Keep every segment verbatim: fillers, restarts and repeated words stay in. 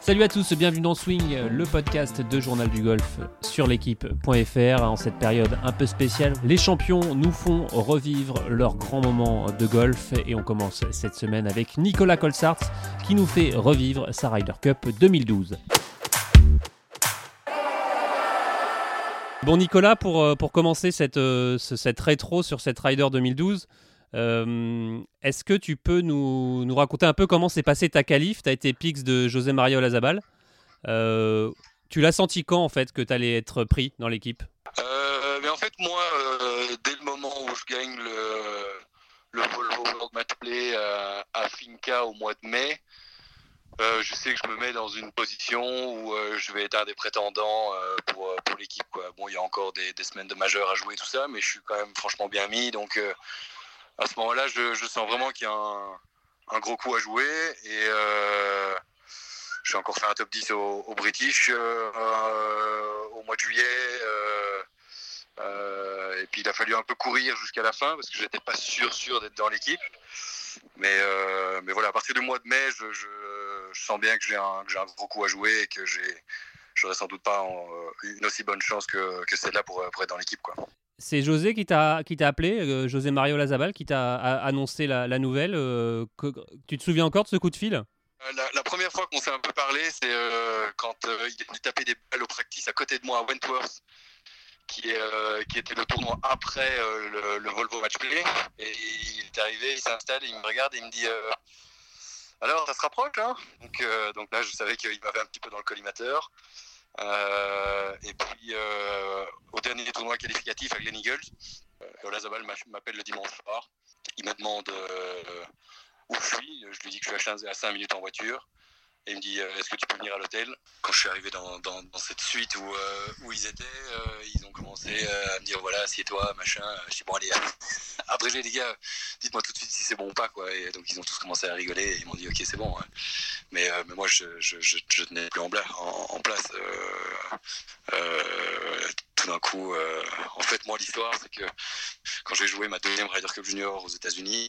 Salut à tous, bienvenue dans Swing, le podcast de Journal du Golf sur l'équipe point F R. En cette période un peu spéciale, les champions nous font revivre leurs grands moments de golf et on commence cette semaine avec Nicolas Colsaerts qui nous fait revivre sa Ryder Cup deux mille douze. Bon Nicolas, pour, pour commencer cette, cette rétro sur cette Ryder deux mille douze, Euh, est-ce que tu peux nous, nous raconter un peu comment s'est passé ta qualif? Tu as été Pix de José María Olazabal. Euh, tu l'as senti quand en fait que tu allais être pris dans l'équipe? euh, mais En fait, moi, euh, dès le moment où je gagne le, le Volvo World Match Play à, à Finca au mois de mai, euh, je sais que je me mets dans une position où euh, je vais être un des prétendants euh, pour, pour l'équipe, quoi. Bon, il y a encore des, des semaines de majeur à jouer, tout ça, mais je suis quand même franchement bien mis. Donc, euh, à ce moment-là, je, je sens vraiment qu'il y a un, un gros coup à jouer. Et euh, j'ai encore fait un top dix au, au British euh, euh, au mois de juillet. Euh, euh, et puis, il a fallu un peu courir jusqu'à la fin parce que je n'étais pas sûr, sûr d'être dans l'équipe. Mais, euh, mais voilà, à partir du mois de mai, je, je, je sens bien que j'ai, un, que j'ai un gros coup à jouer et que j'ai, j'aurais sans doute pas en, une aussi bonne chance que, que celle-là pour, pour être dans l'équipe, quoi. C'est José qui t'a, qui t'a appelé, euh, José María Olazabal, qui t'a a, annoncé la, la nouvelle. Euh, que, tu te souviens encore de ce coup de fil? La, la première fois qu'on s'est un peu parlé, c'est euh, quand euh, il est venu taper des balles au practice à côté de moi à Wentworth, qui, est, euh, qui était le tournoi après euh, le, le Volvo Match Play. Et il est arrivé, il s'installe, il me regarde et il me dit euh, alors, ça se rapproche, hein? donc, euh, donc là, je savais qu'il m'avait un petit peu dans le collimateur. Euh, et puis, euh, au dernier tournoi qualificatif à Glen Eagles, euh, Olazabal m'appelle le dimanche soir. Il me demande euh, où je suis. Je lui dis que je suis à cinq minutes en voiture. Et il me dit euh, est-ce que tu peux venir à l'hôtel? Quand je suis arrivé dans, dans, dans cette suite où, euh, où ils étaient, euh, ils ont commencé à me dire voilà, assieds-toi, machin. Je dis bon, allez, abrégez les gars, dites-moi tout de suite si c'est bon ou pas, quoi. Et donc ils ont tous commencé à rigoler et ils m'ont dit ok, c'est bon. Hein. Mais, euh, mais moi, je, je, je, je tenais plus en, bla, en, en place. Euh, euh, tout d'un coup, euh, en fait, moi, l'histoire, c'est que quand j'ai joué ma deuxième Ryder Cup Junior aux États-Unis,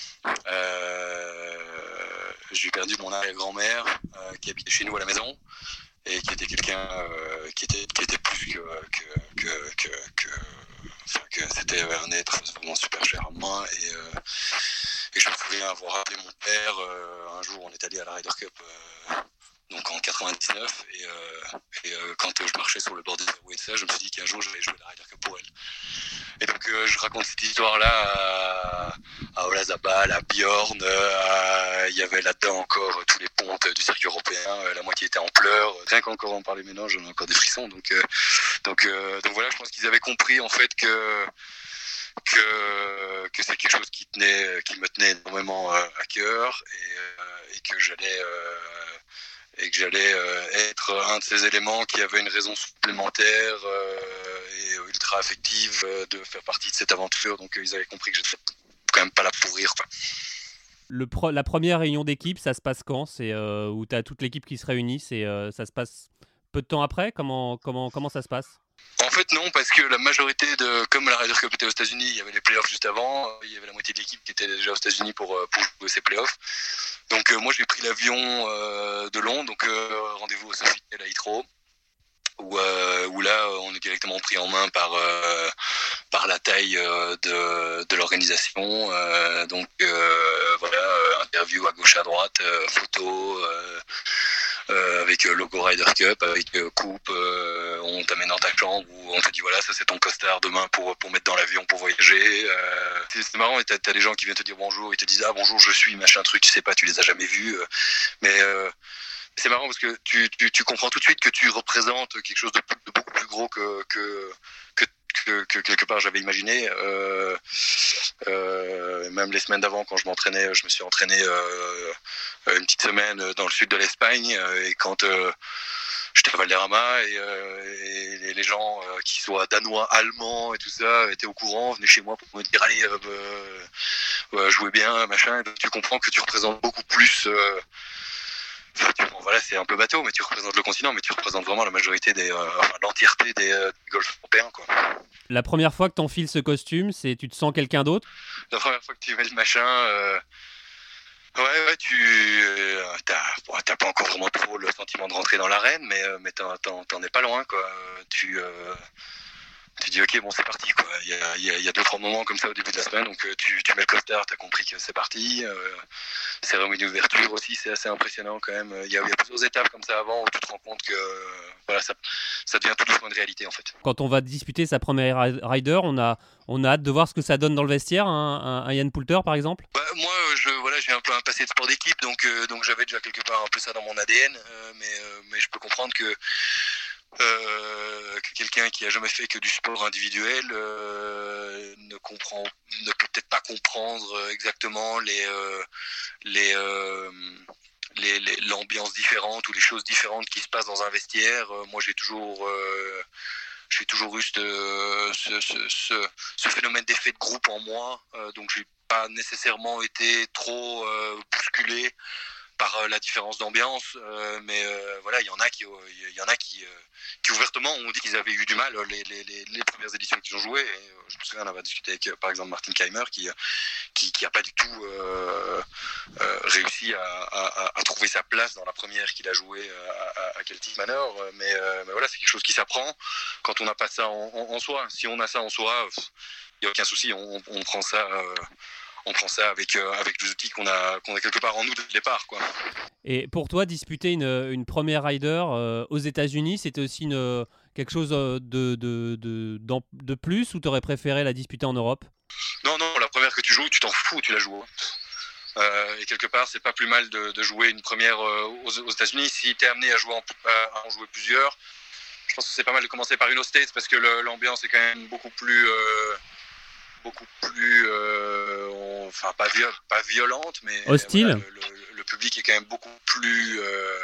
Euh, j'ai perdu mon arrière-grand-mère euh, qui habitait chez nous à la maison et qui était quelqu'un euh, qui, était, qui était plus que, que, que, que, que, enfin, que c'était un être vraiment super cher à moi et, euh, et je me souviens avoir appelé mon père euh, un jour. On est allé à la Ryder Cup euh, donc en quatre-vingt-dix-neuf et, euh, et euh, quand je marchais sur le bord des fairways et ça, je me suis dit qu'un jour j'allais jouer la Ryder Cup pour elle. Et donc euh, je raconte cette histoire-là à, à Olazabal, à Bjorn, il y avait là-dedans encore euh, tous les pontes du circuit européen, euh, la moitié était en pleurs. Rien qu'encore en parler maintenant, j'en ai encore des frissons. Donc, euh, donc, euh, donc voilà, je pense qu'ils avaient compris en fait que que, que c'est quelque chose qui, tenait, qui me tenait énormément euh, à cœur et, euh, et que j'allais... Euh, et que j'allais euh, être un de ces éléments qui avait une raison supplémentaire euh, et ultra affective euh, de faire partie de cette aventure. Donc euh, ils avaient compris que j'étais quand même pas là pour rire, quoi. Le pro, la première réunion d'équipe, ça se passe quand? C'est euh, où tu as toute l'équipe qui se réunit, c'est, euh, ça se passe peu de temps après? Comment, comment, comment ça se passe? En fait, non, parce que la majorité de... Comme la Ryder Cup était aux États-Unis, il y avait les playoffs juste avant. Il y avait la moitié de l'équipe qui était déjà aux États-Unis pour, pour jouer ces playoffs. Donc, euh, moi, j'ai pris l'avion euh, de Londres, donc euh, rendez-vous au Sofitel à Heathrow, où, euh, où là, on est directement pris en main par, euh, par la taille euh, de, de l'organisation. Euh, donc, euh, voilà, euh, interview à gauche, à droite, euh, photo... Euh, Euh, avec euh, logo Ryder Cup, avec euh, coupe, euh, on t'amène dans ta chambre où on te dit voilà, ça c'est ton costard demain pour, pour mettre dans l'avion pour voyager. Euh, c'est, c'est marrant, t'as, t'as des gens qui viennent te dire bonjour, ils te disent ah bonjour je suis machin truc, tu sais pas, tu les as jamais vus, euh, mais euh, c'est marrant parce que tu, tu, tu comprends tout de suite que tu représentes quelque chose de, de beaucoup plus gros que, que, que Que, que quelque part j'avais imaginé. Euh, euh, même les semaines d'avant, quand je m'entraînais, je me suis entraîné euh, une petite semaine dans le sud de l'Espagne. Et quand euh, j'étais à Valderrama et, euh, et les gens, euh, qui soient danois, allemands et tout ça, étaient au courant, venaient chez moi pour me dire allez, euh, euh, jouez bien, machin. Et donc, tu comprends que tu représentes beaucoup plus. Euh, Enfin, tu, bon, voilà, c'est un peu bateau, mais tu représentes le continent, mais tu représentes vraiment la majorité des, euh, enfin, l'entièreté des, euh, des golfs européens, quoi. La première fois que t'enfiles ce costume, c'est tu te sens quelqu'un d'autre? La première fois que tu mets le machin, euh, Ouais, ouais, tu euh, t'as, bon, t'as pas encore vraiment trop le sentiment de rentrer dans l'arène, mais, euh, mais t'en, t'en, t'en es pas loin, quoi. Tu, euh, tu dis ok, bon, c'est parti, quoi. Il y a, il y a, il y a deux trois moments comme ça au début de la semaine, donc euh, tu, tu mets le costard, t'as compris que c'est parti. Euh, cérémonie d'ouverture aussi, c'est assez impressionnant quand même. Il y, a, il y a plusieurs étapes comme ça avant où tu te rends compte que voilà, ça, ça devient tout doucement une réalité en fait. Quand on va disputer sa première rider, on a, on a hâte de voir ce que ça donne dans le vestiaire, un, un, un Ian Poulter par exemple. Bah, moi, je, voilà, j'ai un peu un passé de sport d'équipe, donc, euh, donc j'avais déjà quelque part un peu ça dans mon A D N, euh, mais, euh, mais je peux comprendre que Euh, que quelqu'un qui a jamais fait que du sport individuel euh, ne comprend, ne peut peut-être pas comprendre exactement les euh, les, euh, les, les l'ambiance différente ou les choses différentes qui se passent dans un vestiaire. Euh, moi, j'ai toujours euh, j'ai toujours eu ce, ce, ce, ce, ce phénomène d'effet de groupe en moi, euh, donc j'ai pas nécessairement été trop euh, bousculé par euh, la différence d'ambiance, euh, mais euh, voilà, il y en a qui, il y en a qui, euh, qui ouvertement ont dit qu'ils avaient eu du mal les, les, les, les premières éditions qu'ils ont jouées. Et, euh, je me souviens d'avoir discuté avec, par exemple, Martin Keimer, qui, qui, qui a pas du tout euh, euh, réussi à, à, à trouver sa place dans la première qu'il a jouée à, à, à Celtic Manor. Mais, euh, mais voilà, c'est quelque chose qui s'apprend quand on n'a pas ça en, en, en soi. Si on a ça en soi, il n'y a aucun souci, on, on prend ça. Euh, on prend ça avec, euh, avec les outils qu'on a, qu'on a quelque part en nous dès le départ, quoi. Et pour toi, disputer une, une première rider euh, aux États-Unis, c'était aussi une, quelque chose de, de, de, de plus, ou tu aurais préféré la disputer en Europe? Non, non, la première que tu joues, tu t'en fous, tu la joues. Euh, et quelque part, c'est pas plus mal de, de jouer une première euh, aux, aux États-Unis. Si tu es amené à, jouer en, à en jouer plusieurs, je pense que c'est pas mal de commencer par une aux States parce que le, l'ambiance est quand même beaucoup plus. Euh, beaucoup plus euh, on, enfin pas, viol, pas violente mais hostile. Voilà, le, le, le public est quand même beaucoup plus euh,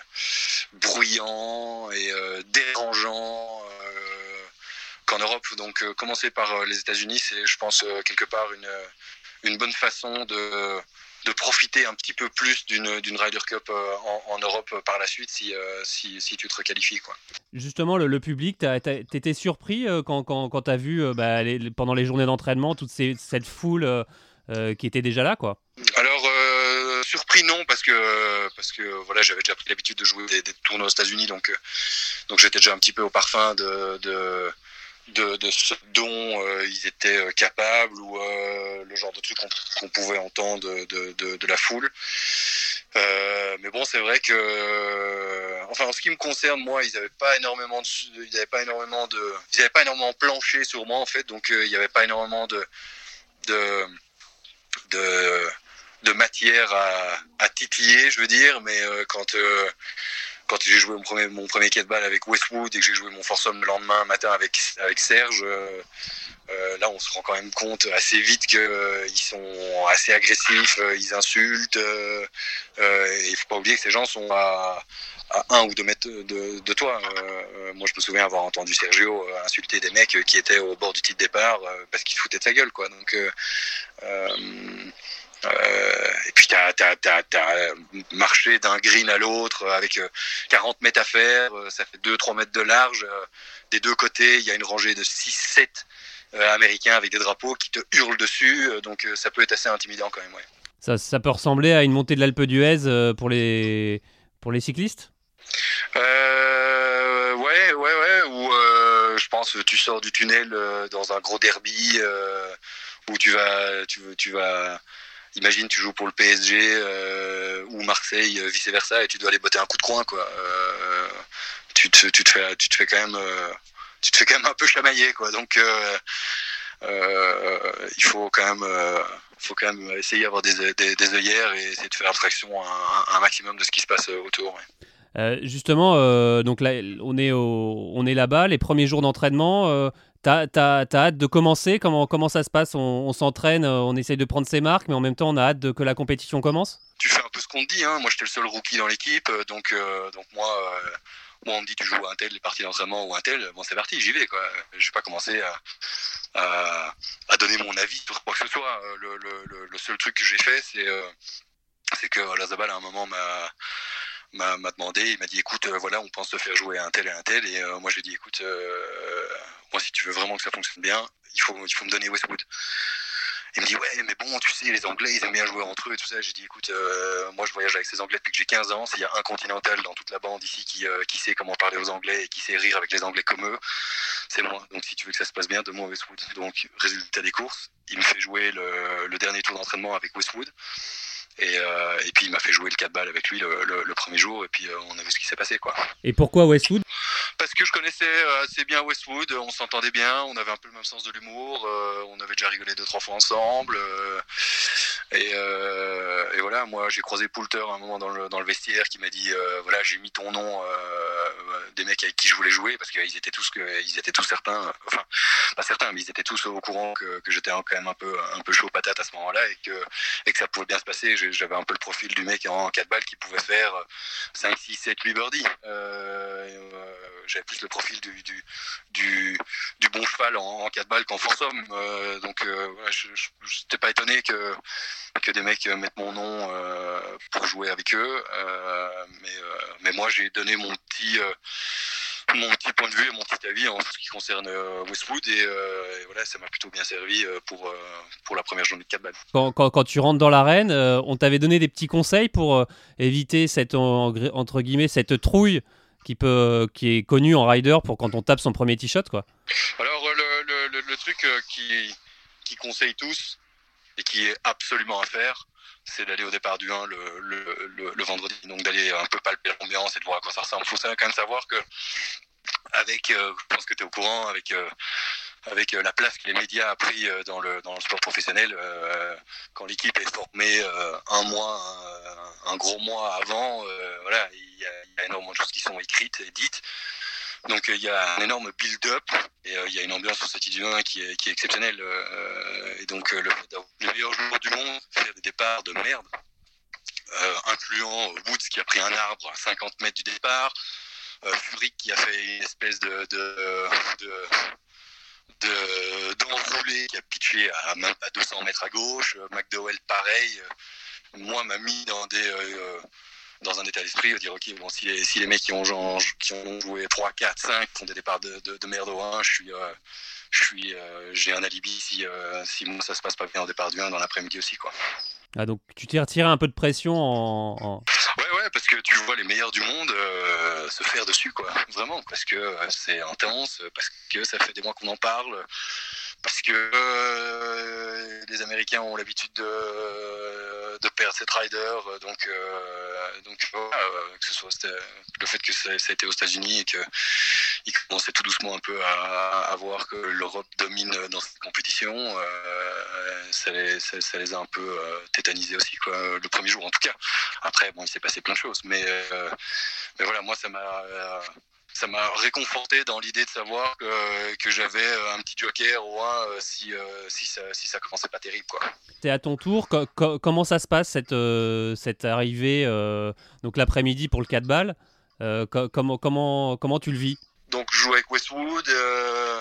bruyant et euh, dérangeant euh, qu'en Europe, donc euh, commencer par euh, les États-Unis, c'est je pense euh, quelque part une, une bonne façon de de profiter un petit peu plus d'une, d'une Ryder Cup euh, en, en Europe euh, par la suite si, euh, si, si tu te requalifies, quoi. Justement, le, le public, t'as, t'as, t'étais surpris euh, quand, quand, quand t'as vu euh, bah, les, les, pendant les journées d'entraînement toute ces, cette foule euh, euh, qui était déjà là, quoi? Alors, euh, surpris non, parce que, parce que voilà, j'avais déjà pris l'habitude de jouer des, des tournois aux États-Unis, donc, donc j'étais déjà un petit peu au parfum de... de De, de ce dont euh, ils étaient capables ou euh, le genre de trucs qu'on, qu'on pouvait entendre de, de, de la foule. Euh, mais bon, c'est vrai que, euh, enfin, en ce qui me concerne, moi, ils n'avaient pas énormément de, ils n'avaient pas énormément de, ils n'avaient pas énormément planché sur moi en fait, donc euh, il n'y avait pas énormément de, de, de, de matière à, à titiller, je veux dire. Mais euh, quand euh, quand j'ai joué mon premier, mon premier quai de balle avec Westwood et que j'ai joué mon foursome le lendemain matin avec, avec Serge, euh, euh, là on se rend quand même compte assez vite qu'ils euh, sont assez agressifs, euh, ils insultent, euh, euh, et il ne faut pas oublier que ces gens sont à, à un ou deux mètres de, de toi. Euh, moi je me souviens avoir entendu Sergio euh, insulter des mecs qui étaient au bord du titre départ euh, parce qu'ils se foutaient de sa gueule, quoi. Donc euh, euh, Euh, et puis t'as, t'as, t'as, t'as marché d'un green à l'autre avec quarante mètres à faire, ça fait deux trois mètres de large. Des deux côtés, il y a une rangée de six sept euh, américains avec des drapeaux qui te hurlent dessus, donc ça peut être assez intimidant quand même. Ouais. Ça, ça peut ressembler à une montée de l'Alpe d'Huez pour les, pour les cyclistes euh, Ouais, ouais, ouais. Ou euh, je pense tu sors du tunnel euh, dans un gros derby euh, où tu vas, tu, tu vas imagine tu joues pour le P S G euh, ou Marseille, euh, vice versa, et tu dois aller botter un coup de coin, quoi. Euh, tu te, tu te fais, tu te fais quand même, euh, tu te fais quand même un peu chamailler, quoi. Donc euh, euh, il faut quand même, euh, faut quand même essayer d'avoir des, des, des œillères et essayer de faire abstraction à un, un maximum de ce qui se passe autour. Ouais. Euh, justement, euh, donc là, on est au, on est là-bas, les premiers jours d'entraînement. Euh, T'as, t'as, t'as hâte de commencer? Comment, comment ça se passe? on, on s'entraîne, on essaye de prendre ses marques, mais en même temps, on a hâte de, que la compétition commence? Tu fais un peu ce qu'on te dit, hein. Moi, j'étais le seul rookie dans l'équipe, donc, euh, donc moi, euh, moi, on me dit tu joues à un tel, les parties d'entraînement ou un tel, bon, c'est parti, j'y vais, quoi. Je vais pas commencer à, à, à donner mon avis sur quoi que ce soit. Le, le, le seul truc que j'ai fait, c'est, euh, c'est que Lazabal, à un moment, m'a... M'a, m'a demandé, il m'a dit écoute euh, voilà on pense te faire jouer à un tel et un tel, et euh, moi je lui ai dit écoute euh, moi si tu veux vraiment que ça fonctionne bien il faut, il faut me donner Westwood. Il me dit ouais mais bon tu sais les Anglais ils aiment bien jouer entre eux et tout ça. J'ai dit écoute euh, moi je voyage avec ces Anglais depuis que j'ai quinze ans, s'il y a un continental dans toute la bande ici qui, euh, qui sait comment parler aux Anglais et qui sait rire avec les Anglais comme eux, c'est moi. Donc si tu veux que ça se passe bien, donne-moi Westwood. Donc résultat des courses, il me fait jouer le, le dernier tour d'entraînement avec Westwood. Et, euh, et puis il m'a fait jouer le quatre balles avec lui le, le, le premier jour et puis euh, on a vu ce qui s'est passé quoi. Et pourquoi Westwood ? Parce que je connaissais assez bien Westwood, on s'entendait bien, on avait un peu le même sens de l'humour, euh, on avait déjà rigolé deux trois fois ensemble. Euh, et, euh, et voilà, moi j'ai croisé Poulter à un moment dans le, dans le vestiaire qui m'a dit euh, voilà j'ai mis ton nom euh, des mecs avec qui je voulais jouer parce qu'ils étaient tous que, ils étaient tous certains, enfin pas certains mais ils étaient tous au courant que, que j'étais quand même un peu un peu chaud patate à ce moment-là et que et que ça pouvait bien se passer. J'avais un peu le profil du mec en quatre balles qui pouvait faire cinq, six, sept, huit birdies. Euh, euh, j'avais plus le profil du, du, du, du bon cheval en, en quatre balles qu'en force homme. Euh, donc euh, voilà, je n'étais pas étonné que, que des mecs mettent mon nom euh, pour jouer avec eux. Euh, mais, euh, mais moi, j'ai donné mon petit... Euh, mon petit point de vue et mon petit avis en ce qui concerne euh, Westwood et, euh, et voilà ça m'a plutôt bien servi euh, pour, euh, pour la première journée de quatre balles. Quand, quand, quand tu rentres dans l'arène, euh, on t'avait donné des petits conseils pour euh, éviter cette en, entre guillemets cette trouille qui peut qui est connue en rider pour quand on tape son premier tee shot quoi. Alors le, le, le, le truc euh, qui qui conseille tous et qui est absolument à faire, c'est d'aller au départ du un le, le, le, le vendredi, donc d'aller un peu palper l'ambiance et de voir à quoi ça ressemble. Il faut quand même savoir que, avec, euh, je pense que tu es au courant, avec, euh, avec euh, la place que les médias ont pris euh, dans, le, dans le sport professionnel, euh, quand l'équipe est formée euh, un mois, un, un gros mois avant, euh, voilà, il y, a, il y a énormément de choses qui sont écrites et dites. Donc il y a un énorme build-up et il euh, y a une ambiance sur cette I D un qui est, qui est exceptionnelle. Euh, et donc euh, le fait d'avoir les meilleurs joueurs du monde faire des départs de merde, euh, incluant Woods qui a pris un arbre à cinquante mètres du départ, euh, Furyk qui a fait une espèce de, de, de, de d'enroulé qui a pitché à même pas deux cents mètres à gauche, McDowell pareil. Moi m'a mis dans des euh, dans un état d'esprit de dire ok bon si les, si les mecs qui ont, qui ont joué trois, quatre, cinq font des départs de, de, de merde au un, je suis euh, je suis euh, j'ai un alibi si euh, si moi ça se passe pas bien au départ du un dans l'après-midi aussi quoi. Ah donc tu t'es retiré un peu de pression en, en... Ouais ouais parce que tu vois les meilleurs du monde euh, se faire dessus quoi, vraiment parce que euh, c'est intense, parce que ça fait des mois qu'on en parle, parce que euh, les Américains ont l'habitude de, de perdre cette rider, donc, euh, donc voilà, que ce soit le fait que ça, ça a été aux États-Unis et qu'ils commençaient tout doucement un peu à, à voir que l'Europe domine dans cette compétition, euh, ça, les, ça, ça les a un peu euh, tétanisés aussi, quoi, le premier jour en tout cas. Après, bon, il s'est passé plein de choses, mais, euh, mais voilà, moi ça m'a... Euh, ça m'a réconforté dans l'idée de savoir que, que j'avais un petit joker au un si, euh, si, ça, si ça commençait pas terrible quoi. T'es à ton tour, co- co- comment ça se passe cette, euh, cette arrivée euh, donc l'après-midi pour le quatre balles, euh, co- comment, comment, comment tu le vis? Donc je joue avec Westwood, euh,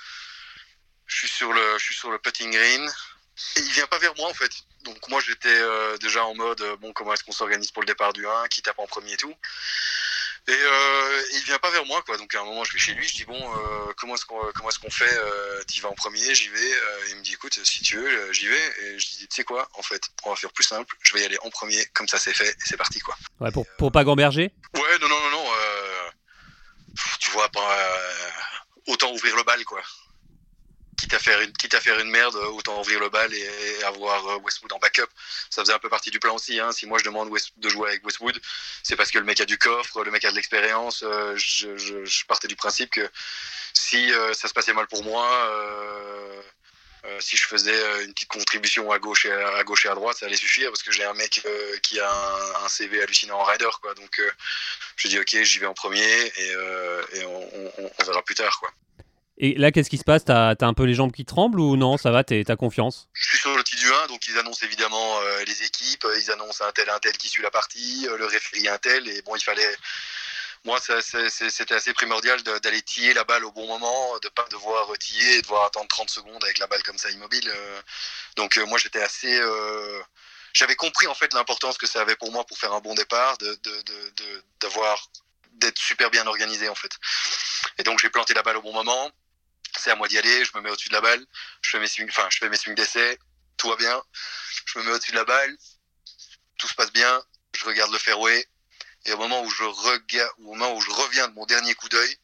je, suis sur le, je suis sur le putting green et il vient pas vers moi en fait. Donc moi j'étais euh, déjà en mode bon comment est-ce qu'on s'organise pour le départ du un, qui tape en premier et tout. Et, euh, et il vient pas vers moi quoi, donc à un moment je vais chez lui, je dis bon euh, comment est-ce qu'on comment est-ce qu'on fait, euh, t'y vas en premier, j'y vais, euh, il me dit écoute si tu veux euh, j'y vais, et je dis tu sais quoi en fait on va faire plus simple, je vais y aller en premier, comme ça c'est fait et c'est parti quoi. Ouais, pour, pour pas gamberger. Ouais non non non non euh, tu vois pas euh, autant ouvrir le bal quoi. Quitte à, faire une, quitte à faire une merde, autant ouvrir le bal et avoir Westwood en backup. Ça faisait un peu partie du plan aussi. Hein. Si moi je demande West, de jouer avec Westwood, c'est parce que le mec a du coffre, le mec a de l'expérience. Euh, je, je, je partais du principe que si euh, ça se passait mal pour moi, euh, euh, si je faisais une petite contribution à gauche et à, à gauche et à droite, ça allait suffire parce que j'ai un mec euh, qui a un, un C V hallucinant en rider. Quoi. Donc euh, je dis ok, j'y vais en premier et, euh, et on, on, on verra plus tard. Quoi. Et là, qu'est-ce qui se passe? T'as, t'as un peu les jambes qui tremblent ou non? Ça va, t'es, t'as confiance? Je suis sur le petit du un, donc ils annoncent évidemment euh, les équipes, ils annoncent un tel, un tel qui suit la partie, euh, le référé un tel, et bon, il fallait... Moi, ça, c'est, c'est, c'était assez primordial de, d'aller tiller la balle au bon moment, de pas devoir tiller et devoir attendre trente secondes avec la balle comme ça immobile. Euh, donc euh, moi, j'étais assez... Euh, j'avais compris en fait l'importance que ça avait pour moi pour faire un bon départ, de, de, de, de, d'avoir, d'être super bien organisé en fait. Et donc j'ai planté la balle au bon moment. C'est à moi d'y aller, je me mets au-dessus de la balle, je fais mes swings, enfin, je fais mes swings d'essai, tout va bien. Je me mets au-dessus de la balle, tout se passe bien. Je regarde le fairway et au moment où je regarde, au moment où je reviens de mon dernier coup d'œil,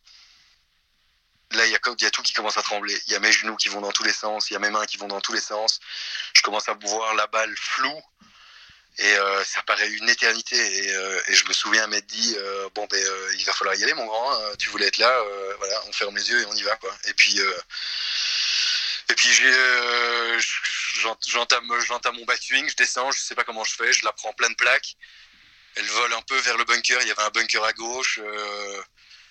là il y a, il y a tout qui commence à trembler. Il y a mes genoux qui vont dans tous les sens, il y a mes mains qui vont dans tous les sens. Je commence à voir la balle floue. Et euh, ça paraît une éternité. Et, euh, et je me souviens m'être dit euh, bon ben euh, il va falloir y aller mon grand. Hein, tu voulais être là. Euh, voilà, on ferme les yeux et on y va quoi. Et puis euh, et puis j'ai euh, j'entame j'entame mon backswing, je descends, je sais pas comment je fais, je la prends pleine plaque. Elle vole un peu vers le bunker. Il y avait un bunker à gauche. Euh,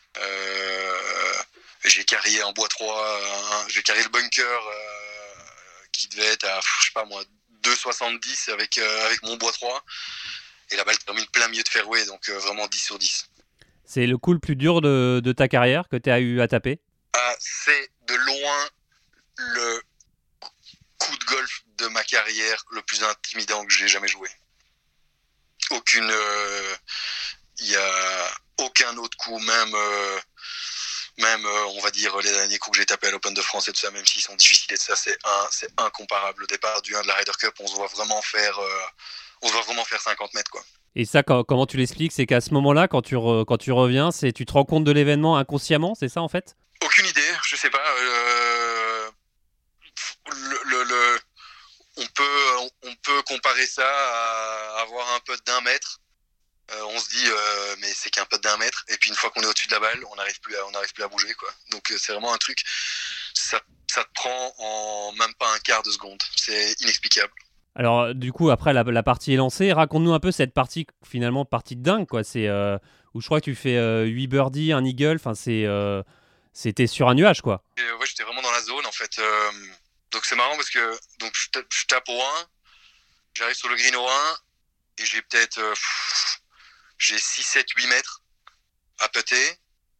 euh, j'ai carrié en bois trois. Un, j'ai carrié le bunker euh, qui devait être à je sais pas moi deux soixante-dix avec, euh, avec mon bois trois et la balle termine plein milieu de fairway, donc euh, vraiment dix sur dix. C'est le coup le plus dur de, de ta carrière que tu as eu à taper? Ah, c'est de loin le coup de golf de ma carrière le plus intimidant que j'ai jamais joué. Aucune... Il euh, y a aucun autre coup, même... Euh, même euh, on va dire les derniers coups que j'ai tapés à l'Open de France et tout ça, même s'ils sont difficiles et tout ça, c'est, un, c'est incomparable. Le départ du un de la Ryder Cup, on se voit vraiment faire, euh, on se voit vraiment faire cinquante mètres quoi. Et ça, quand, comment tu l'expliques? C'est qu'à ce moment-là, quand tu, re, quand tu reviens, c'est, tu te rends compte de l'événement inconsciemment, c'est ça en fait? Aucune idée, je sais pas. Euh, le, le, le, on, peut, on peut comparer ça à avoir un putt d'un mètre. Euh, on se dit euh, mais c'est qu'un putt d'un mètre, et puis une fois qu'on est au-dessus de la balle, on n'arrive plus à, on n'arrive plus à bouger quoi. Donc euh, c'est vraiment un truc, ça, ça te prend en même pas un quart de seconde, c'est inexplicable. Alors du coup après la, la partie est lancée, raconte-nous un peu cette partie, finalement partie de dingue quoi. C'est euh, où je crois que tu fais euh, huit birdies, un eagle, enfin c'est euh, c'était sur un nuage quoi. Et, euh, ouais, j'étais vraiment dans la zone en fait. Euh, donc c'est marrant parce que donc je tape, je tape au un, j'arrive sur le green au un et j'ai peut-être euh, pff, j'ai six, sept, huit mètres à putter.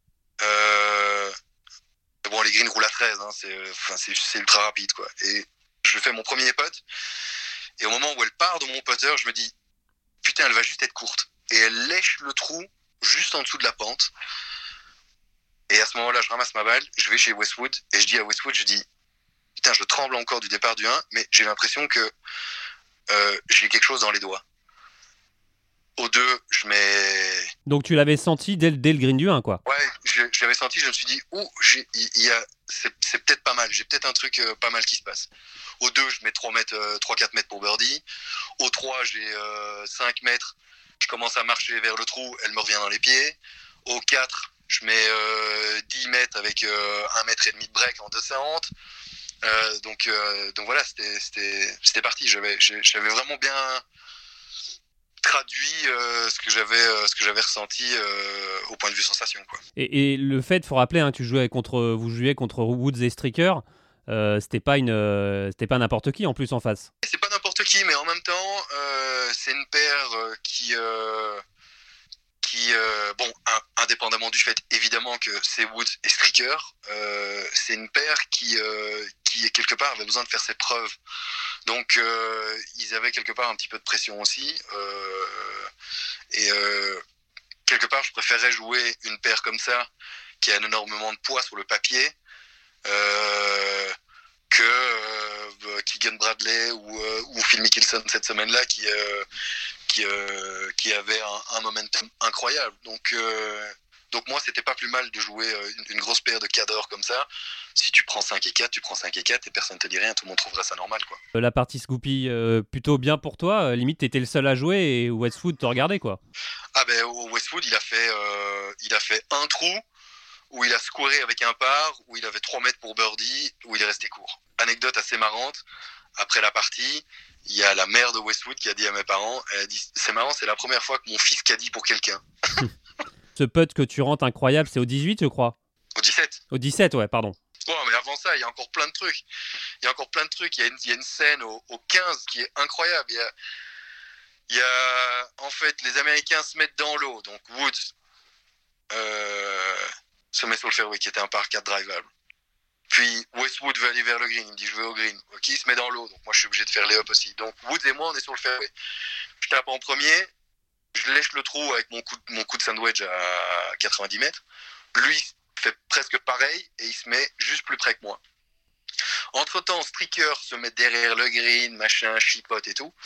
Euh, bon, les greens roulent à treize, hein, c'est, enfin, c'est, c'est ultra rapide, quoi. Et je fais mon premier putt, et au moment où elle part de mon putter, je me dis, putain, elle va juste être courte. Et elle lèche le trou juste en dessous de la pente. Et à ce moment-là, je ramasse ma balle, je vais chez Westwood, et je dis à Westwood, je dis, putain, je tremble encore du départ du un, mais j'ai l'impression que euh, j'ai quelque chose dans les doigts. Au deux, je mets... Donc tu l'avais senti dès, dès le green du un quoi? Ouais, je, je l'avais senti, je me suis dit, oh, j'ai, il y a, c'est, c'est peut-être pas mal, j'ai peut-être un truc euh, pas mal qui se passe. Au deux, je mets trois quatre mètres pour birdie. Au trois, j'ai euh, cinq mètres, je commence à marcher vers le trou, elle me revient dans les pieds. Au quatre, je mets euh, dix mètres avec euh, un mètre et demi de break en descente. Euh, donc, euh, donc voilà, c'était, c'était, c'était parti. J'avais, j'avais vraiment bien traduit euh, ce que j'avais euh, ce que j'avais ressenti euh, au point de vue sensation quoi. Et, et le fait, faut rappeler, hein, tu jouais contre, vous jouiez contre Woods et Stricker, euh, c'était pas une, euh, c'était pas n'importe qui en plus en face. C'est pas n'importe qui, mais en même temps, euh, c'est une paire euh, qui euh, qui euh, bon, un, indépendamment du fait évidemment que c'est Woods et Stricker, euh, c'est une paire qui euh, qui quelque part avait besoin de faire ses preuves. Donc euh, ils avaient quelque part un petit peu de pression aussi, euh, et euh, quelque part je préférerais jouer une paire comme ça qui a énormément de poids sur le papier euh, que euh, Keegan Bradley ou, euh, ou Phil Mickelson cette semaine-là qui, euh, qui, euh, qui avait un, un momentum incroyable. Donc euh, Donc moi, c'était pas plus mal de jouer une, une grosse paire de cadors comme ça. Si tu prends cinq et quatre, tu prends cinq et quatre et personne te dit rien, tout le monde trouverait ça normal, quoi. La partie se goupille euh, plutôt bien pour toi, euh, limite t'étais le seul à jouer et Westwood te regardait quoi. Ah ben Westwood, il a fait, euh, il a fait un trou où il a scoré avec un par, où il avait trois mètres pour birdie, où il est resté court. Anecdote assez marrante, après la partie, il y a la mère de Westwood qui a dit à mes parents, elle a dit, c'est marrant, c'est la première fois que mon fils caddie pour quelqu'un. Ce putt que tu rentres incroyable, c'est au dix-huit je crois. Au dix-sept. Au dix-sept, ouais, pardon. Bon, mais avant ça, il y a encore plein de trucs. Il y a encore plein de trucs. Il y a une, il y a une scène au, au quinze qui est incroyable. Il y a, il y a, en fait, les Américains se mettent dans l'eau. Donc Woods euh, se met sur le fairway, qui était un par quatre drivable. Puis Westwood veut aller vers le green. Il me dit, je vais au green. Ok, il se met dans l'eau. Donc moi, je suis obligé de faire les up aussi. Donc Woods et moi, on est sur le fairway. Je tape en premier. Je lèche le trou avec mon coup, de, mon coup de sandwich à quatre-vingt-dix mètres. Lui fait presque pareil et il se met juste plus près que moi. Entre-temps, Stricker se met derrière le green, machin, chipote et tout.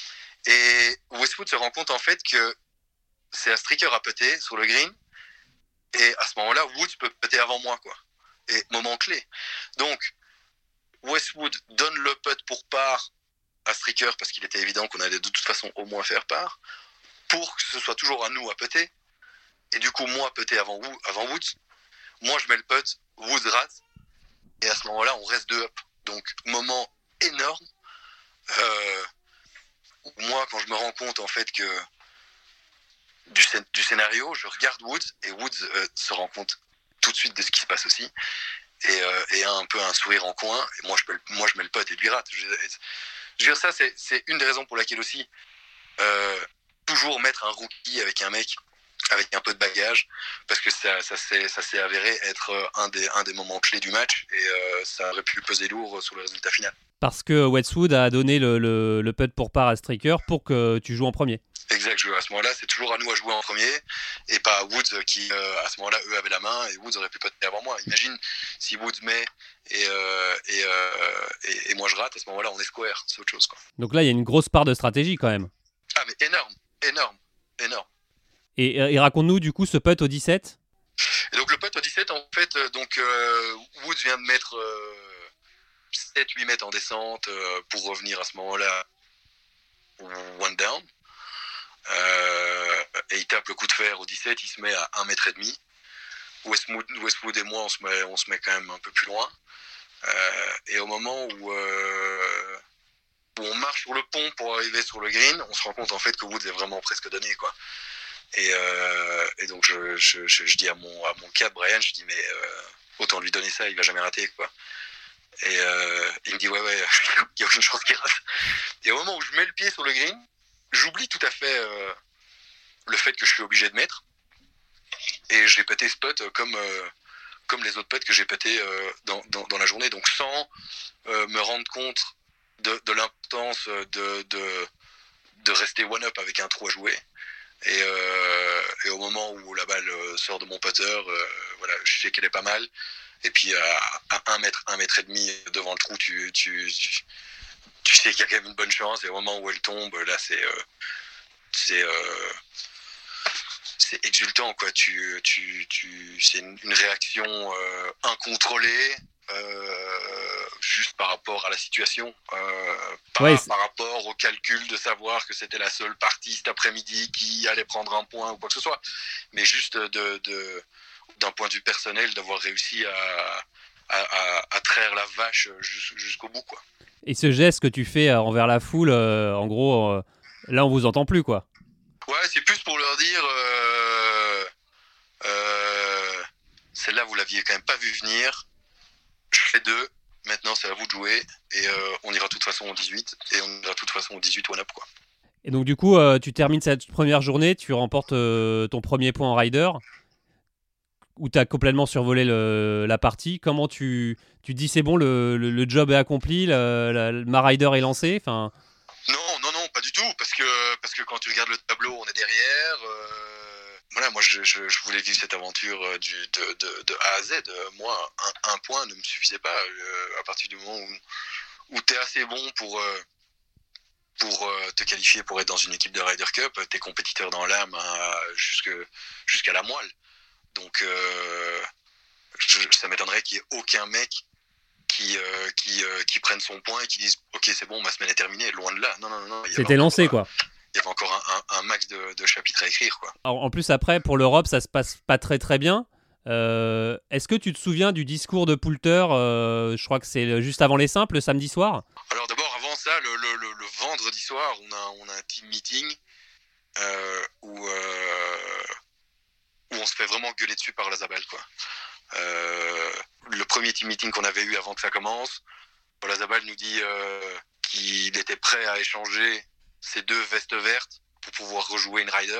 Et Westwood se rend compte en fait que c'est à Stricker à putter sur le green. Et à ce moment-là, Woods peut putter avant moi, quoi. Et moment clé. Donc, Westwood donne le putt pour par à Stricker parce qu'il était évident qu'on allait de toute façon au moins faire par, pour que ce soit toujours à nous à putter. Et du coup, moi putter avant, avant Woods. Moi, je mets le putt, Woods rate. Et à ce moment-là, on reste deux up. Donc, moment énorme. Euh, moi, quand je me rends compte en fait que du, du scénario, je regarde Woods et Woods euh, se rend compte tout de suite de ce qui se passe aussi. Et, euh, et a un peu un sourire en coin. Et moi, je, peux, moi, je mets le putt et lui rate. Je, je veux dire, ça, c'est, c'est une des raisons pour laquelle aussi, euh, toujours mettre un rookie avec un mec avec un peu de bagage, parce que ça, ça, s'est, ça s'est avéré être un des, un des moments clés du match, et euh, ça aurait pu peser lourd sur le résultat final. Parce que Westwood a donné le, le, le putt pour part à Stricker pour que tu joues en premier. Exact, à ce moment-là, c'est toujours à nous à jouer en premier, et pas à Woods qui, euh, à ce moment-là, eux avaient la main, et Woods aurait pu putter avant moi. Imagine si Woods met, et, euh, et, euh, et, et moi je rate, à ce moment-là, on est square, c'est autre chose, quoi. Donc là, il y a une grosse part de stratégie quand même. Ah, mais énorme, énorme, énorme. Et, et raconte-nous du coup ce putt au dix-sept. Et donc le putt au dix-sept, en fait, donc euh, Woods vient de mettre euh, sept huit mètres en descente euh, pour revenir à ce moment-là one down. Euh, et il tape le coup de fer au dix-sept, il se met à un mètre et demi. Westwood, Westwood et moi, on se met, on se met quand même un peu plus loin. Euh, et au moment où, euh, où on marche sur le pont pour arriver sur le green, on se rend compte en fait que Woods est vraiment presque donné, quoi. Et, euh, et donc je, je, je, je dis à mon, à mon cap, Brian, je dis mais euh, autant lui donner ça, il va jamais rater, quoi. Et euh, il me dit ouais ouais, il n'y a aucune chance qu'il rate. Et au moment où je mets le pied sur le green, j'oublie tout à fait euh, le fait que je suis obligé de mettre. Et j'ai pété ce putt comme, euh, comme les autres putts que j'ai pété euh, dans, dans, dans la journée, donc sans euh, me rendre compte de, de l'importance de, de, de rester one-up avec un trou à jouer. Et, euh, et au moment où la balle sort de mon putter, euh, voilà, je sais qu'elle est pas mal. Et puis à, à un mètre, un mètre et demi devant le trou, tu, tu, tu, tu sais qu'il y a quand même une bonne chance. Et au moment où elle tombe, là, c'est, euh, c'est, euh, c'est exultant, quoi. Tu, tu, tu, c'est une, une réaction euh, incontrôlée. Euh, juste par rapport à la situation, euh, pas ouais, par rapport au calcul de savoir que c'était la seule partie cet après-midi qui allait prendre un point ou quoi que ce soit, mais juste de, de, d'un point de vue personnel, d'avoir réussi à, à, à, à traire la vache jusqu'au bout, quoi. Et ce geste que tu fais envers la foule, euh, en gros, euh, là on vous entend plus, quoi. Ouais, c'est plus pour leur dire euh, euh, celle-là vous l'aviez quand même pas vu venir. Je fais deux, maintenant c'est à vous de jouer, et euh, on ira de toute façon au dix-huit, et on ira de toute façon au dix-huit one-up, quoi. Et donc du coup, euh, tu termines cette première journée, tu remportes euh, ton premier point en rider, où tu as complètement survolé le, la partie. Comment tu, tu dis c'est bon, le, le, le job est accompli, la, la, ma rider est lancée, enfin... Non, non, non, pas du tout, parce que, parce que quand tu regardes le tableau, on est derrière... Euh... Voilà, moi je, je, je voulais vivre cette aventure du, de, de, de A à Z. Moi, un, un point ne me suffisait pas. Euh, à partir du moment où, où tu es assez bon pour, euh, pour euh, te qualifier pour être dans une équipe de Ryder Cup, tu es compétiteur dans l'âme hein, jusque, jusqu'à la moelle. Donc euh, je, ça m'étonnerait qu'il n'y ait aucun mec qui, euh, qui, euh, qui prenne son point et qui dise « Ok, c'est bon, ma semaine est terminée. » Loin de là. Non, non, non. C'était lancé, encore, quoi. Il y avait encore un, un, un max de, de chapitres à écrire, quoi. Alors, en plus, après, pour l'Europe, ça se passe pas très très bien. Euh, est-ce que tu te souviens du discours de Poulter euh, Je crois que c'est juste avant les simples, le samedi soir. Alors d'abord, avant ça, le, le, le, le vendredi soir, on a, on a un team meeting euh, où, euh, où on se fait vraiment gueuler dessus par la Zabal, quoi. Euh, le premier team meeting qu'on avait eu avant que ça commence, la Zabal nous dit euh, qu'il était prêt à échanger ses deux vestes vertes pour pouvoir rejouer une rider.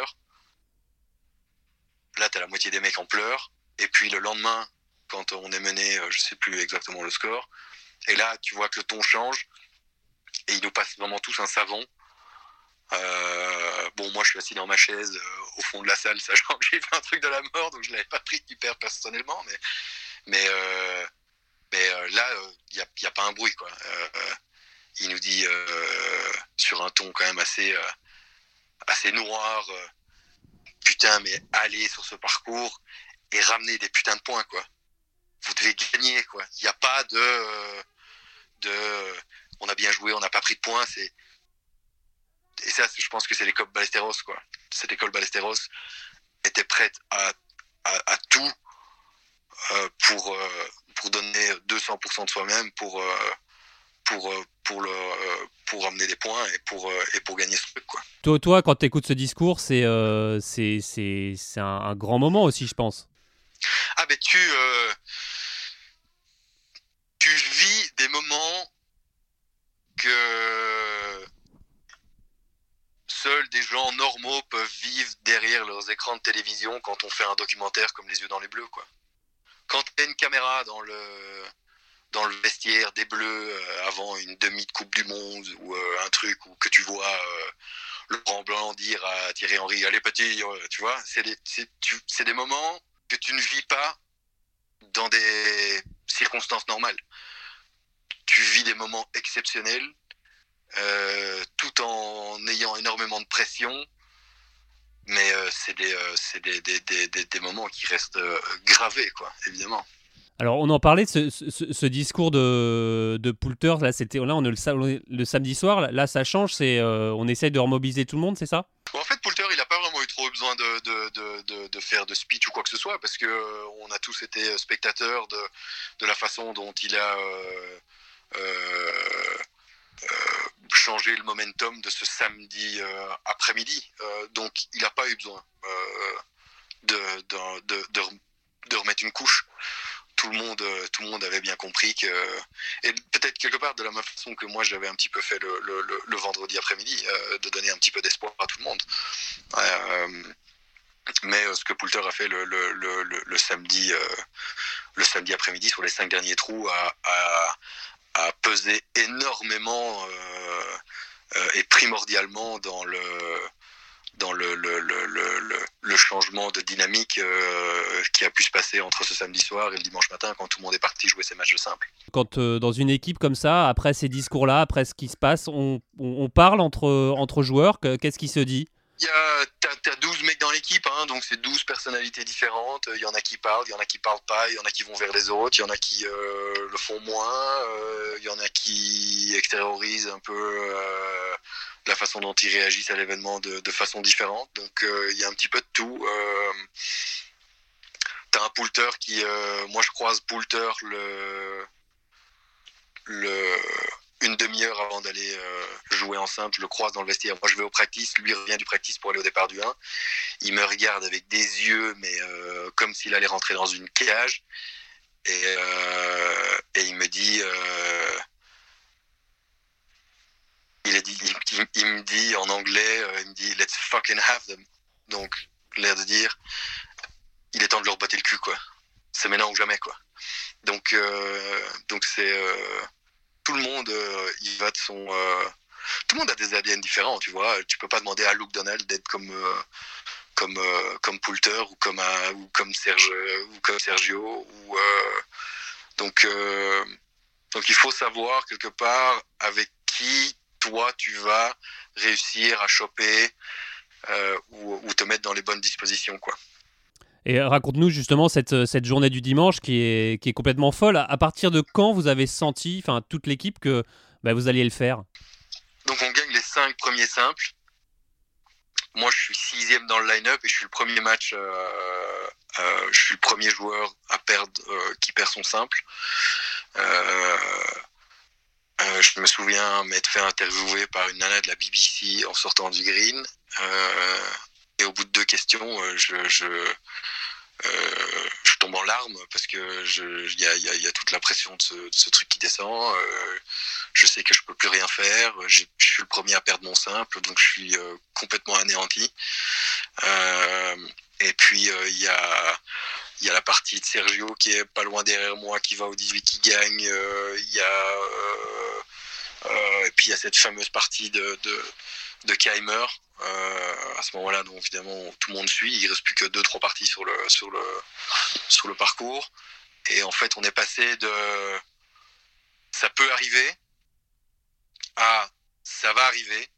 Là, t'as la moitié des mecs en pleurs. Et puis le lendemain, quand on est mené, je sais plus exactement le score, et là, tu vois que le ton change, et ils nous passent vraiment tous un savon. Euh, bon, moi, je suis assis dans ma chaise euh, au fond de la salle, sachant que j'ai fait un truc de la mort, donc je l'avais pas pris hyper personnellement, mais, mais, euh, Mais euh, là, il euh, n'y a, a pas un bruit, quoi. Euh, il nous dit euh, sur un ton quand même assez, euh, assez noir, euh, putain, mais allez sur ce parcours et ramenez des putains de points, quoi. Vous devez gagner, quoi. Il n'y a pas de, euh, de, on a bien joué, on n'a pas pris de points. C'est et ça, je pense que c'est l'école Ballesteros, quoi. Cette école Ballesteros était prête à, à, à tout euh, pour euh, pour donner deux cents pour cent de soi-même, pour euh, pour pour le pour ramener des points et pour et pour gagner ce truc, quoi. Toi, toi quand tu écoutes ce discours, c'est euh, c'est c'est c'est un, un grand moment aussi, je pense. Ah ben tu euh, tu vis des moments que seuls des gens normaux peuvent vivre derrière leurs écrans de télévision quand on fait un documentaire comme Les Yeux dans les Bleus, quoi. Quand tu as une caméra dans le dans le vestiaire des Bleus euh, avant une demi de Coupe du Monde ou euh, un truc où que tu vois euh, Laurent Blanc dire à Thierry Henry allez petit, euh, tu vois, c'est des, c'est, tu, c'est des moments que tu ne vis pas dans des circonstances normales. Tu vis des moments exceptionnels euh, tout en ayant énormément de pression, mais euh, c'est, des, euh, c'est des, des, des, des, des moments qui restent euh, gravés, quoi, évidemment. Alors, on en parlait de ce, ce, ce discours de, de Poulter. Là, c'était, là, on est le, le samedi soir. Là, ça change. C'est, euh, on essaie de remobiliser tout le monde, c'est ça ? En fait, Poulter, il n'a pas vraiment eu trop besoin de, de, de, de, de faire de speech ou quoi que ce soit, parce qu'on euh, a tous été spectateurs de, de la façon dont il a euh, euh, euh, changé le momentum de ce samedi euh, après-midi. Euh, donc, il n'a pas eu besoin euh, de, de, de, de, de remettre une couche. Tout le monde, tout le monde avait bien compris que, et peut-être quelque part de la même façon que moi j'avais un petit peu fait le, le, le, le vendredi après-midi, euh, de donner un petit peu d'espoir à tout le monde. Euh, mais euh, ce que Poulter a fait le, le, le, le samedi, euh, le samedi après-midi sur les cinq derniers trous a, a, a pesé énormément euh, euh, et primordialement dans le dans le, le, le, le, le changement de dynamique euh, qui a pu se passer entre ce samedi soir et le dimanche matin quand tout le monde est parti jouer ses matchs de simple. Quand euh, dans une équipe comme ça, après ces discours-là, après ce qui se passe, on, on, on parle entre, entre joueurs, qu'est-ce qui se dit ? Il y a, t'as, t'as douze mecs dans l'équipe, hein, donc c'est douze personnalités différentes. Il y en a qui parlent, il y en a qui parlent pas, il y en a qui vont vers les autres, il y en a qui euh, le font moins, euh, il y en a qui extériorisent un peu euh, la façon dont ils réagissent à l'événement de, de façon différente. Donc euh, il y a un petit peu de tout. Euh, t'as un Poulter qui, euh, moi je croise Poulter le, le une demi-heure avant d'aller euh, jouer en simple, je le croise dans le vestiaire. Moi, je vais au practice, lui revient du practice pour aller au départ du un. Il me regarde avec des yeux, mais euh, comme s'il allait rentrer dans une cage. Et, euh, et il me dit, euh, il, a dit il, il, il me dit en anglais, euh, il me dit, let's fucking have them. Donc, l'air de dire, il est temps de leur botter le cul, quoi. C'est maintenant ou jamais, quoi. Donc, euh, donc c'est euh, tout le monde, euh, il va de son. Euh, tout le monde a des A D N différents, tu vois. Tu peux pas demander à Luke Donald d'être comme euh, comme euh, comme Poulter ou comme à, ou comme Serge ou comme Sergio. Ou euh, donc euh, donc il faut savoir quelque part avec qui toi tu vas réussir à choper euh, ou, ou te mettre dans les bonnes dispositions, quoi. Et raconte-nous justement cette, cette journée du dimanche qui est, qui est complètement folle. À partir de quand vous avez senti, enfin toute l'équipe, que bah, vous alliez le faire ? Donc on gagne les cinq premiers simples. Moi je suis sixième dans le line-up et je suis le premier match, euh, euh, je suis le premier joueur à perdre, euh, qui perd son simple. Euh, euh, je me souviens m'être fait interviewer par une nana de la B B C en sortant du green. Euh, et au bout de deux questions, euh, je... je Euh, je tombe en larmes parce que il y a, y, a, y a toute la pression de ce, de ce truc qui descend. Euh, je sais que je peux plus rien faire. Je suis le premier à perdre mon simple, donc je suis euh, complètement anéanti. Euh, et puis il euh, y a il y a la partie de Sergio qui est pas loin derrière moi, qui va au dix-huit, qui gagne. Il euh, y a euh, euh, et puis il y a cette fameuse partie de, de de Keimer. Euh, à ce moment-là, donc évidemment tout le monde suit. Il reste plus que deux trois parties sur le sur le sur le parcours. et en fait, on est passé de ça peut arriver à ça va arriver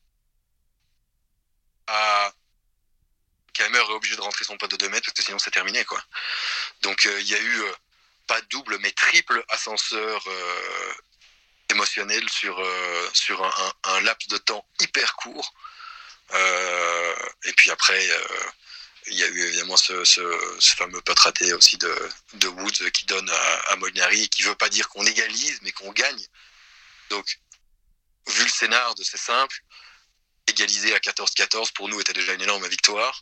à Keimer est obligé de rentrer son pote de deux mètres parce que sinon c'est terminé, quoi. Donc il euh, y a eu euh, pas double mais triple ascenseur euh, émotionnel sur, euh, sur un, un, un laps de temps hyper court. Euh, et puis après, il euh, y a eu évidemment ce, ce, ce fameux pote raté aussi de, de Woods qui donne à, à Molinari et qui veut pas dire qu'on égalise mais qu'on gagne. Donc, vu le scénar de C'est simple, égaliser à quatorze quatorze pour nous était déjà une énorme victoire.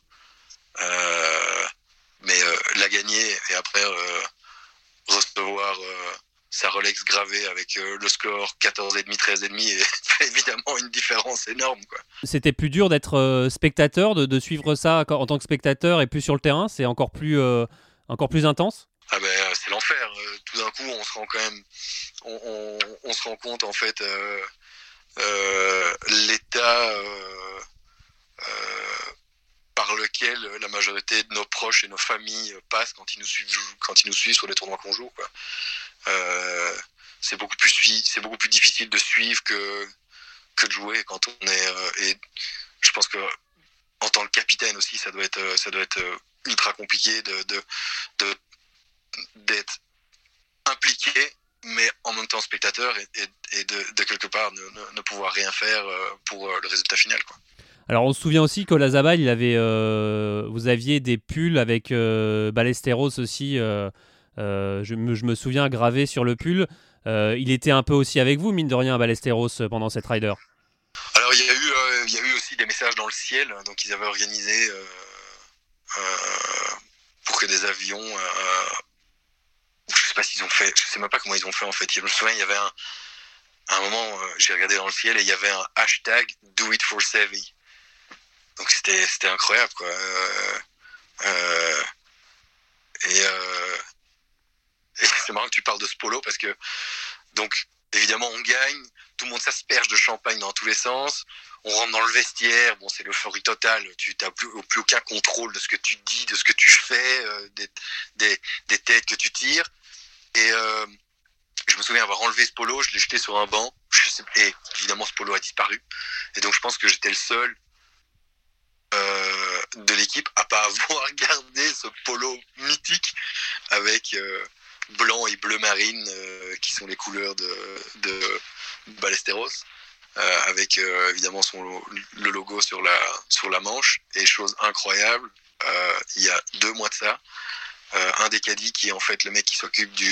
Euh, mais euh, la gagner et après euh, recevoir euh, sa Rolex gravée avec euh, le score quatorze virgule cinq, treize virgule cinq est évidemment une différence énorme, quoi. C'était plus dur d'être euh, spectateur, de, de suivre ça en tant que spectateur et plus sur le terrain, c'est encore plus, euh, encore plus intense? Ah ben c'est l'enfer. Euh, tout d'un coup on se rend quand même on, on, on se rend compte en fait euh, euh, l'état euh, euh, par lequel la majorité de nos proches et nos familles passent quand ils nous suivent, quand ils nous suivent sur les tournois qu'on joue, quoi. Euh, c'est beaucoup plus c'est beaucoup plus difficile de suivre que que de jouer quand on est euh, et je pense que en tant que capitaine aussi ça doit être ça doit être ultra compliqué de, de, de d'être impliqué mais en même temps spectateur et, et, et de, de quelque part ne, ne, ne pouvoir rien faire pour le résultat final, quoi. Alors on se souvient aussi qu'Olazabal, il avait, euh, vous aviez des pulls avec euh, Ballesteros aussi, euh, euh, je, me, je me souviens gravé sur le pull. Euh, il était un peu aussi avec vous, mine de rien, Ballesteros, pendant cette Rider. Alors il y a eu, euh, il y a eu aussi des messages dans le ciel, donc ils avaient organisé euh, euh, pour que des avions, euh, je sais pas s'ils ont fait, je sais même pas comment ils ont fait en fait. Je me souviens, il y avait un, à un moment, euh, j'ai regardé dans le ciel et il y avait un hashtag Do It For Sevi. Donc c'était, c'était incroyable, quoi. Euh, euh, et, euh, et c'est marrant que tu parles de ce polo parce que, donc, évidemment, on gagne, tout le monde s'asperge de champagne dans tous les sens, on rentre dans le vestiaire, bon, c'est l'euphorie totale, tu n'as plus, plus aucun contrôle de ce que tu dis, de ce que tu fais, euh, des, des, des têtes que tu tires. Et euh, je me souviens avoir enlevé ce polo, je l'ai jeté sur un banc, je sais, et évidemment, ce polo a disparu. Et donc, je pense que j'étais le seul Euh, de l'équipe à pas avoir gardé ce polo mythique avec euh, blanc et bleu marine euh, qui sont les couleurs de, de Ballesteros euh, avec euh, évidemment son, le logo sur la, sur la manche. Et chose incroyable, euh, il y a deux mois de ça, euh, un des caddies qui est en fait le mec qui s'occupe du,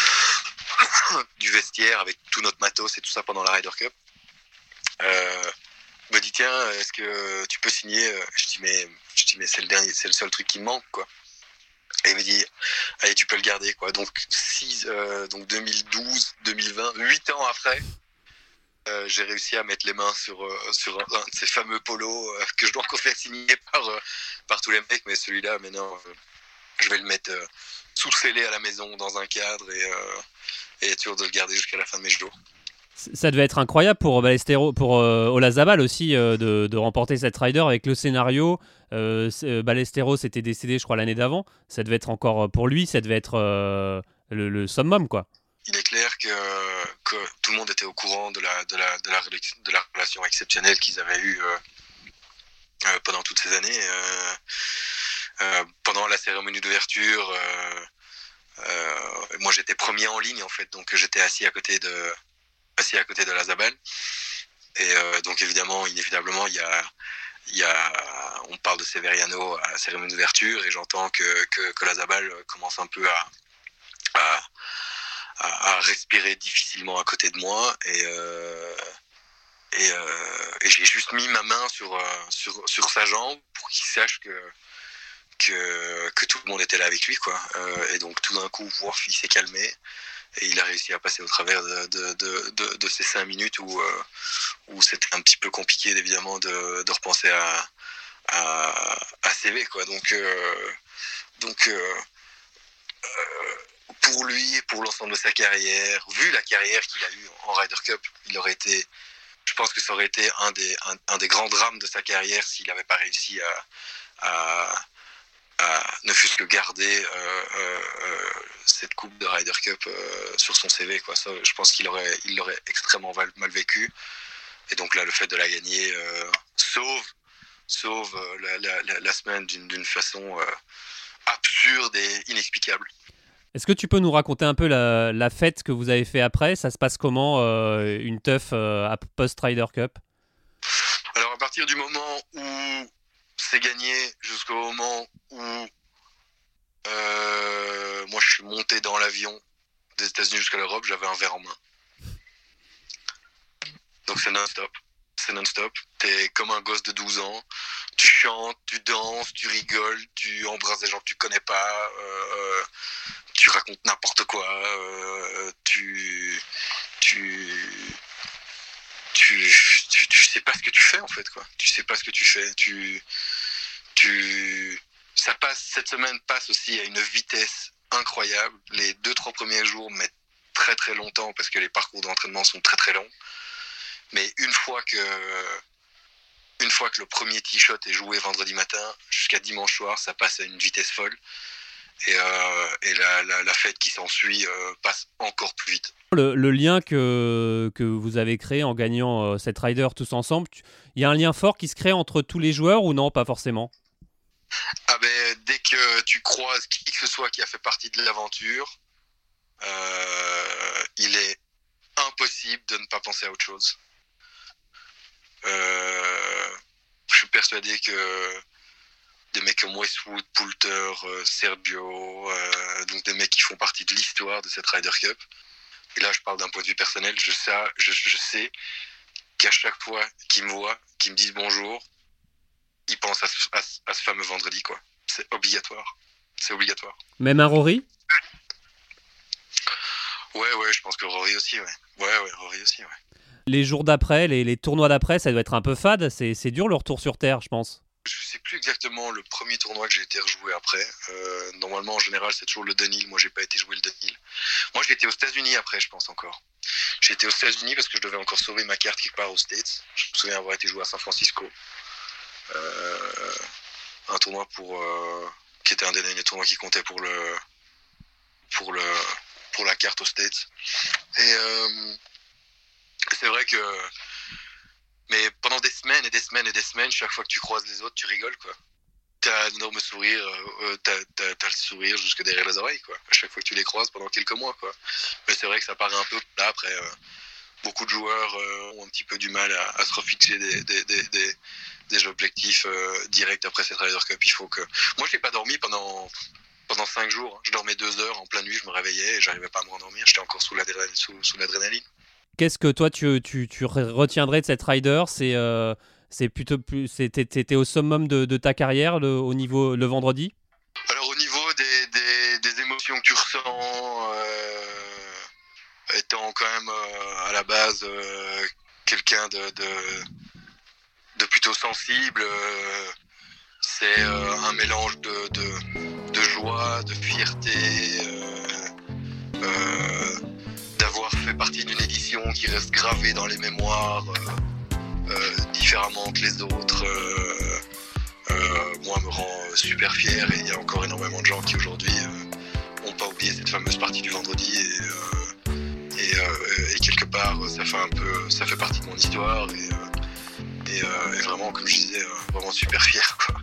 euh, du vestiaire avec tout notre matos et tout ça pendant la Ryder Cup, euh, me dit tiens, est-ce que tu peux signer? Je dis mais je dis mais c'est le dernier, c'est le seul truc qui me manque, quoi. Et il me dit allez, tu peux le garder, quoi. Donc six, euh, donc deux mille douze, deux mille vingt, huit ans après, euh, j'ai réussi à mettre les mains sur euh, sur un, un de ces fameux polos euh, que je dois encore faire signer par euh, par tous les mecs, mais celui-là maintenant euh, je vais le mettre euh, sous scellé à la maison dans un cadre et euh, et être sûr de le garder jusqu'à la fin de mes jours. Ça devait être incroyable pour Ballesteros, pour euh, Olazabal aussi euh, de, de remporter cette Rider avec le scénario. Euh, Ballesteros était décédé, je crois, l'année d'avant. Ça devait être encore pour lui, ça devait être euh, le, le summum, quoi. Il est clair que, que tout le monde était au courant de la, de la, de la, de la relation exceptionnelle qu'ils avaient eue euh, euh, pendant toutes ces années. Euh, euh, pendant la cérémonie d'ouverture, euh, euh, moi j'étais premier en ligne en fait, donc j'étais assis à côté de assis à côté de Olazabal. Et euh, donc évidemment, inévitablement, il y a, il y a, on parle de Severiano à la cérémonie d'ouverture et j'entends que, que, que Olazabal commence un peu à, à, à, à respirer difficilement à côté de moi. Et, euh, et, euh, et j'ai juste mis ma main sur, sur, sur sa jambe pour qu'il sache que, que, que tout le monde était là avec lui, quoi. Euh, et donc tout d'un coup, voir, il s'est calmé. Et il a réussi à passer au travers de, de, de, de, de ces cinq minutes où, euh, où c'était un petit peu compliqué, évidemment, de, de repenser à, à, à C V, quoi. Donc, euh, donc euh, euh, pour lui, pour l'ensemble de sa carrière, vu la carrière qu'il a eue en Ryder Cup, il aurait été, je pense que ça aurait été un des, un, un des grands drames de sa carrière s'il n'avait pas réussi à, à, à ne fût-ce que garder euh, euh, cette coupe de Ryder Cup euh, sur son C V, quoi. Ça, je pense qu'il aurait, il l'aurait extrêmement mal, mal vécu. Et donc là, le fait de la gagner euh, sauve, sauve euh, la, la, la semaine d'une, d'une façon euh, absurde et inexplicable. Est-ce que tu peux nous raconter un peu la, la fête que vous avez fait après ? Ça se passe comment, euh, une teuf euh, post-Ryder Cup ? Alors, à partir du moment où c'est gagné jusqu'au moment où euh, moi je suis monté dans l'avion des États-Unis jusqu'à l'Europe, j'avais un verre en main. Donc c'est non-stop. C'est non-stop. T'es comme un gosse de douze ans. Tu chantes, tu danses, tu rigoles, tu embrasses des gens que tu connais pas, euh, tu racontes n'importe quoi, euh, tu, tu, tu, tu, tu sais pas ce que tu fais en fait, quoi. Tu sais pas ce que tu fais. Tu, tu, ça passe. Cette semaine passe aussi à une vitesse incroyable. Les deux trois premiers jours mettent très très longtemps parce que les parcours d'entraînement sont très très longs. Mais une fois que une fois que le premier tee shot est joué vendredi matin jusqu'à dimanche soir, ça passe à une vitesse folle. Et, euh, et la, la, la fête qui s'ensuit euh, passe encore plus vite. Le, le lien que, que vous avez créé en gagnant euh, cette Ryder tous ensemble, il y a un lien fort qui se crée entre tous les joueurs ou non, pas forcément ? Ah ben, dès que tu croises qui que ce soit qui a fait partie de l'aventure, euh, il est impossible de ne pas penser à autre chose. Euh, je suis persuadé que des mecs comme Westwood, Poulter, euh, Sergio, euh, donc des mecs qui font partie de l'histoire de cette Ryder Cup. Et là, je parle d'un point de vue personnel. Je sais, je, je sais qu'à chaque fois qu'ils me voient, qu'ils me disent bonjour, ils pensent à ce, à, à ce fameux vendredi, quoi. C'est obligatoire. C'est obligatoire. Même un Rory ? Ouais, ouais, je pense que Rory aussi, ouais. Ouais, ouais, Rory aussi, ouais. Les jours d'après, les, les tournois d'après, ça doit être un peu fade. C'est, c'est dur le retour sur Terre, je pense. Je sais plus exactement le premier tournoi que j'ai été rejoué après. Euh, normalement, en général, c'est toujours le Dunhill. Moi, j'ai pas été joué le Dunhill. Moi, j'ai été aux États-Unis après, je pense encore. J'ai été aux États-Unis parce que je devais encore sauver ma carte quelque part aux States. Je me souviens avoir été joué à San Francisco. Euh, un tournoi pour euh, qui était un des derniers tournois qui comptait pour le pour le pour la carte aux States. Et euh, c'est vrai que mais pendant des semaines et des semaines et des semaines, chaque fois que tu croises les autres, tu rigoles, quoi. T'as un énorme sourire, euh, t'as, t'as, t'as le sourire jusque derrière les oreilles, quoi. À chaque fois que tu les croises pendant quelques mois, quoi. Mais c'est vrai que ça paraît un peu là après. Euh, beaucoup de joueurs euh, ont un petit peu du mal à, à se refixer des, des, des, des, des objectifs euh, directs après cette Ryder Cup. Il faut que. Moi, je n'ai pas dormi pendant pendant cinq jours. Je dormais deux heures en pleine nuit, je me réveillais et j'arrivais pas à me rendormir. J'étais encore sous l'adrénaline. Sous, sous l'adrénaline. Qu'est-ce que toi tu, tu, tu retiendrais de cette Ryder ? C'est, euh, c'est plutôt plus, c'était, t'étais au summum de, de ta carrière le, au niveau, le vendredi ? Alors au niveau des, des, des émotions que tu ressens, euh, étant quand même euh, à la base euh, quelqu'un de, de, de plutôt sensible, euh, c'est euh, un mélange de, de, de joie, de fierté, euh, euh, d'avoir fait partie d'une édition qui reste gravée dans les mémoires euh, euh, différemment que les autres. Euh, euh, moi, me rend super fier et il y a encore énormément de gens qui aujourd'hui n'ont euh, pas oublié cette fameuse partie du vendredi et, euh, et, euh, et quelque part ça fait un peu, ça fait partie de mon histoire et, euh, et, euh, et vraiment, comme je disais, euh, vraiment super fier, quoi.